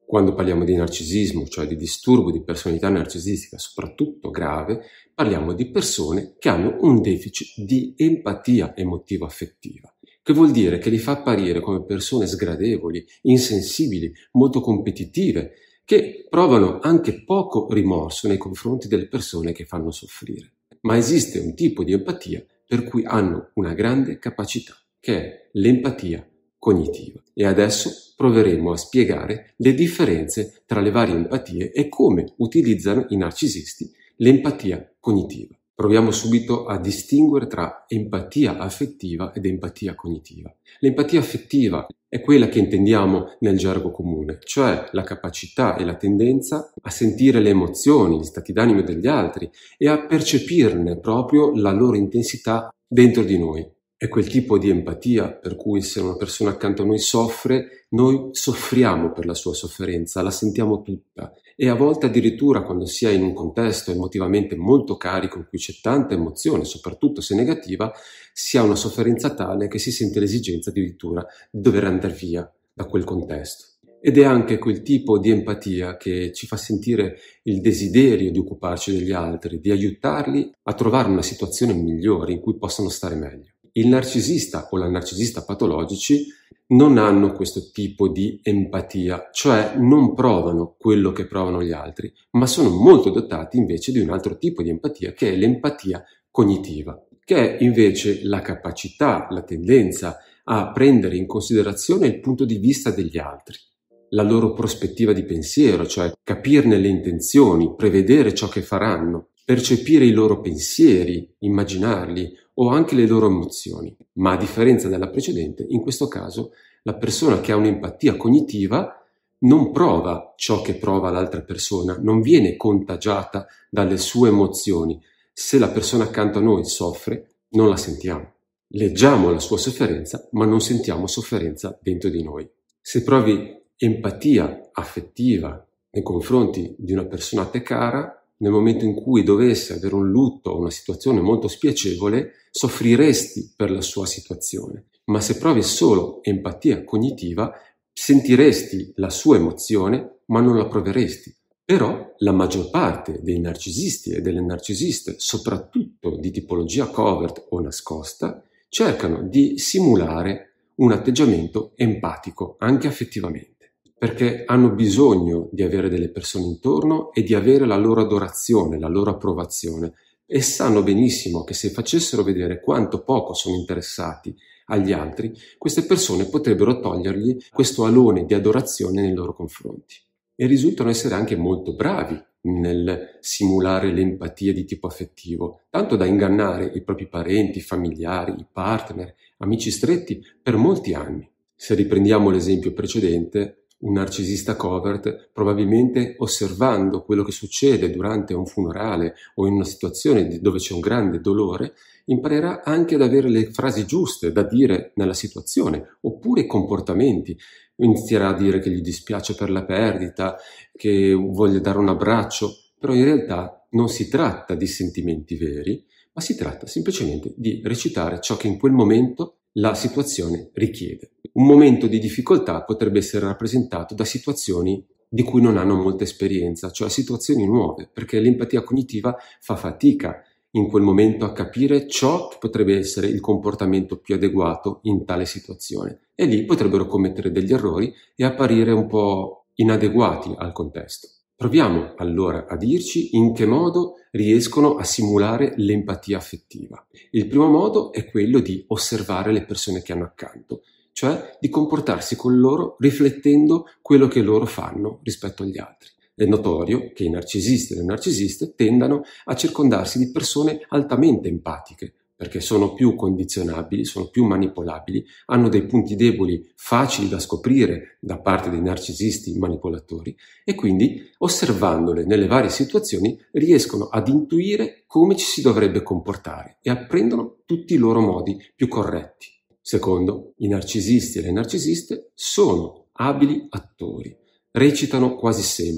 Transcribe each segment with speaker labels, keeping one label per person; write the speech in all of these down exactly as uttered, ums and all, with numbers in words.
Speaker 1: Quando parliamo di narcisismo, cioè di disturbo di personalità narcisistica, soprattutto grave, parliamo di persone che hanno un deficit di empatia emotivo-affettiva, che vuol dire che li fa apparire come persone sgradevoli, insensibili, molto competitive, che provano anche poco rimorso nei confronti delle persone che fanno soffrire. Ma esiste un tipo di empatia per cui hanno una grande capacità, che è l'empatia cognitiva. E adesso proveremo a spiegare le differenze tra le varie empatie e come utilizzano i narcisisti l'empatia cognitiva. Proviamo subito a distinguere tra empatia affettiva ed empatia cognitiva. L'empatia affettiva è quella che intendiamo nel gergo comune, cioè la capacità e la tendenza a sentire le emozioni, gli stati d'animo degli altri e a percepirne proprio la loro intensità dentro di noi. È quel tipo di empatia per cui se una persona accanto a noi soffre, noi soffriamo per la sua sofferenza, la sentiamo tutta e a volte addirittura quando si è in un contesto emotivamente molto carico in cui c'è tanta emozione, soprattutto se negativa, si ha una sofferenza tale che si sente l'esigenza addirittura di dover andare via da quel contesto. Ed è anche quel tipo di empatia che ci fa sentire il desiderio di occuparci degli altri, di aiutarli a trovare una situazione migliore in cui possano stare meglio. Il narcisista o la narcisista patologici non hanno questo tipo di empatia, cioè non provano quello che provano gli altri, ma sono molto dotati invece di un altro tipo di empatia che è l'empatia cognitiva, che è invece la capacità, la tendenza a prendere in considerazione il punto di vista degli altri, la loro prospettiva di pensiero, cioè capirne le intenzioni, prevedere ciò che faranno, percepire i loro pensieri, immaginarli o anche le loro emozioni. Ma a differenza della precedente, in questo caso la persona che ha un'empatia cognitiva non prova ciò che prova l'altra persona, non viene contagiata dalle sue emozioni. Se la persona accanto a noi soffre, non la sentiamo. Leggiamo la sua sofferenza, ma non sentiamo sofferenza dentro di noi. Se provi empatia affettiva nei confronti di una persona a te cara, nel momento in cui dovesse avere un lutto o una situazione molto spiacevole, soffriresti per la sua situazione. Ma se provi solo empatia cognitiva, sentiresti la sua emozione, ma non la proveresti. Però la maggior parte dei narcisisti e delle narcisiste, soprattutto di tipologia covert o nascosta, cercano di simulare un atteggiamento empatico, anche affettivamente, perché hanno bisogno di avere delle persone intorno e di avere la loro adorazione, la loro approvazione, e sanno benissimo che se facessero vedere quanto poco sono interessati agli altri, queste persone potrebbero togliergli questo alone di adorazione nei loro confronti. E risultano essere anche molto bravi nel simulare l'empatia di tipo affettivo, tanto da ingannare i propri parenti, familiari, i partner, amici stretti per molti anni. Se riprendiamo l'esempio precedente, un narcisista covert, probabilmente osservando quello che succede durante un funerale o in una situazione dove c'è un grande dolore, imparerà anche ad avere le frasi giuste da dire nella situazione, oppure i comportamenti. Inizierà a dire che gli dispiace per la perdita, che voglia dare un abbraccio, però in realtà non si tratta di sentimenti veri, ma si tratta semplicemente di recitare ciò che in quel momento la situazione richiede. Un momento di difficoltà potrebbe essere rappresentato da situazioni di cui non hanno molta esperienza, cioè situazioni nuove, perché l'empatia cognitiva fa fatica in quel momento a capire ciò che potrebbe essere il comportamento più adeguato in tale situazione. E lì potrebbero commettere degli errori e apparire un po' inadeguati al contesto. Proviamo allora a dirci in che modo riescono a simulare l'empatia affettiva. Il primo modo è quello di osservare le persone che hanno accanto, cioè di comportarsi con loro riflettendo quello che loro fanno rispetto agli altri. È notorio che i narcisisti e le narcisiste tendano a circondarsi di persone altamente empatiche, perché sono più condizionabili, sono più manipolabili, hanno dei punti deboli facili da scoprire da parte dei narcisisti manipolatori e quindi, osservandole nelle varie situazioni, riescono ad intuire come ci si dovrebbe comportare e apprendono tutti i loro modi più corretti. Secondo, i narcisisti e le narcisiste sono abili attori, recitano quasi sempre,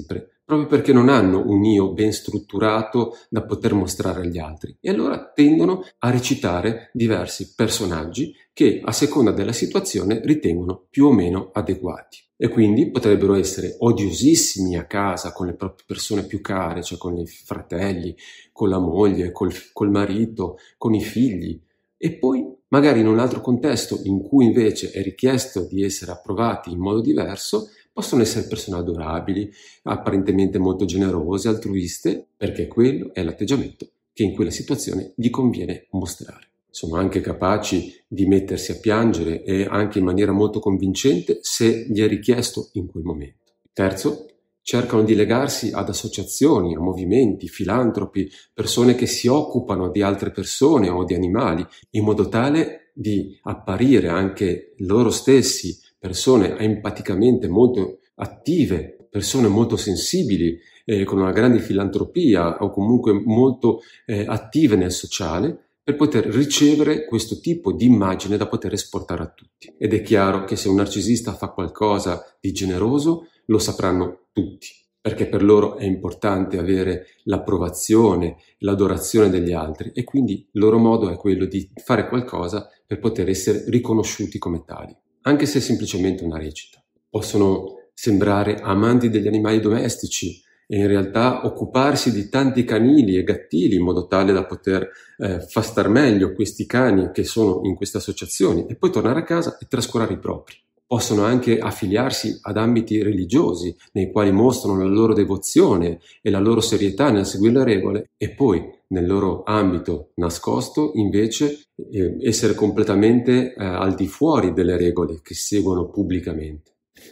Speaker 1: proprio perché non hanno un io ben strutturato da poter mostrare agli altri e allora tendono a recitare diversi personaggi che a seconda della situazione ritengono più o meno adeguati. E quindi potrebbero essere odiosissimi a casa con le proprie persone più care, cioè con i fratelli, con la moglie, col, col marito, con i figli. E poi, magari in un altro contesto in cui invece è richiesto di essere approvati in modo diverso, possono essere persone adorabili, apparentemente molto generose, altruiste, perché quello è l'atteggiamento che in quella situazione gli conviene mostrare. Sono anche capaci di mettersi a piangere e anche in maniera molto convincente se gli è richiesto in quel momento. Terzo, cercano di legarsi ad associazioni, a movimenti, filantropi, persone che si occupano di altre persone o di animali, in modo tale di apparire anche loro stessi persone empaticamente molto attive, persone molto sensibili, eh, con una grande filantropia o comunque molto eh, attive nel sociale, per poter ricevere questo tipo di immagine da poter esportare a tutti. Ed è chiaro che se un narcisista fa qualcosa di generoso, lo sapranno tutti, perché per loro è importante avere l'approvazione, l'adorazione degli altri e quindi il loro modo è quello di fare qualcosa per poter essere riconosciuti come tali, anche se è semplicemente una recita. Possono sembrare amanti degli animali domestici e in realtà occuparsi di tanti canili e gattili in modo tale da poter eh, far star meglio questi cani che sono in queste associazioni e poi tornare a casa e trascurare i propri. Possono anche affiliarsi ad ambiti religiosi nei quali mostrano la loro devozione e la loro serietà nel seguire le regole e poi nel loro ambito nascosto invece eh, essere completamente eh, al di fuori delle regole che seguono pubblicamente.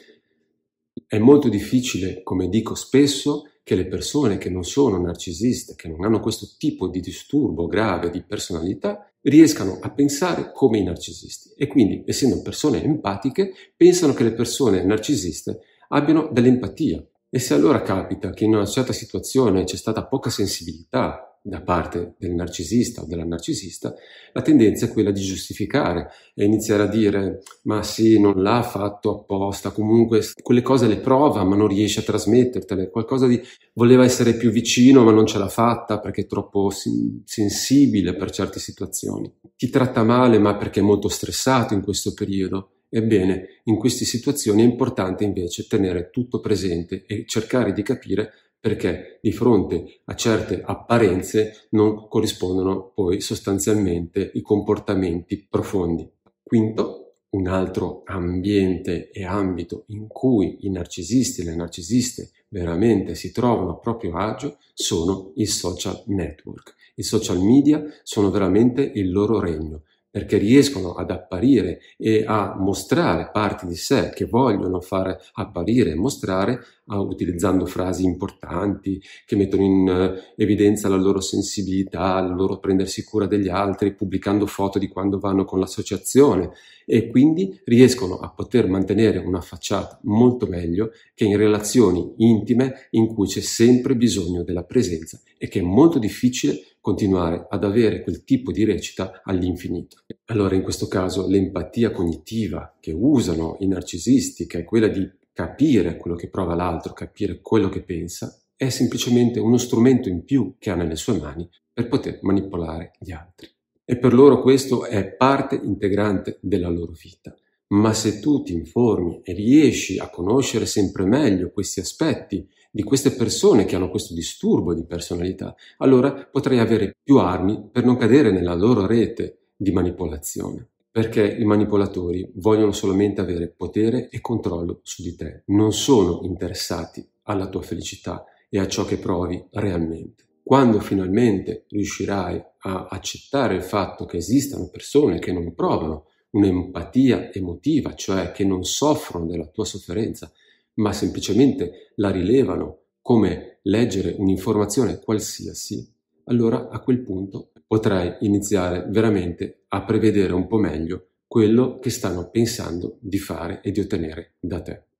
Speaker 1: È molto difficile, come dico spesso, che le persone che non sono narcisiste, che non hanno questo tipo di disturbo grave di personalità, riescano a pensare come i narcisisti. E quindi, essendo persone empatiche, pensano che le persone narcisiste abbiano dell'empatia. E se allora capita che in una certa situazione c'è stata poca sensibilità da parte del narcisista o della narcisista, la tendenza è quella di giustificare e iniziare a dire ma sì, non l'ha fatto apposta, comunque quelle cose le prova ma non riesce a trasmettertele, qualcosa di voleva essere più vicino ma non ce l'ha fatta perché è troppo sen- sensibile per certe situazioni. Ti tratta male ma perché è molto stressato in questo periodo. Ebbene, in queste situazioni è importante invece tenere tutto presente e cercare di capire perché di fronte a certe apparenze non corrispondono poi sostanzialmente i comportamenti profondi. Quinto, un altro ambiente e ambito in cui i narcisisti e le narcisiste veramente si trovano a proprio agio sono i social network. I social media sono veramente il loro regno, perché riescono ad apparire e a mostrare parti di sé che vogliono fare apparire e mostrare uh, utilizzando frasi importanti che mettono in uh, evidenza la loro sensibilità, il loro prendersi cura degli altri, pubblicando foto di quando vanno con l'associazione e quindi riescono a poter mantenere una facciata molto meglio che in relazioni intime in cui c'è sempre bisogno della presenza e che è molto difficile continuare ad avere quel tipo di recita all'infinito. Allora in questo caso l'empatia cognitiva che usano i narcisisti, che è quella di capire quello che prova l'altro, capire quello che pensa, è semplicemente uno strumento in più che ha nelle sue mani per poter manipolare gli altri. E per loro questo è parte integrante della loro vita. Ma se tu ti informi e riesci a conoscere sempre meglio questi aspetti di queste persone che hanno questo disturbo di personalità, allora potrai avere più armi per non cadere nella loro rete di manipolazione. Perché i manipolatori vogliono solamente avere potere e controllo su di te, non sono interessati alla tua felicità e a ciò che provi realmente. Quando finalmente riuscirai a accettare il fatto che esistano persone che non provano un'empatia emotiva, cioè che non soffrono della tua sofferenza, ma semplicemente la rilevano come leggere un'informazione qualsiasi, allora a quel punto potrai iniziare veramente a prevedere un po' meglio quello che stanno pensando di fare e di ottenere da te.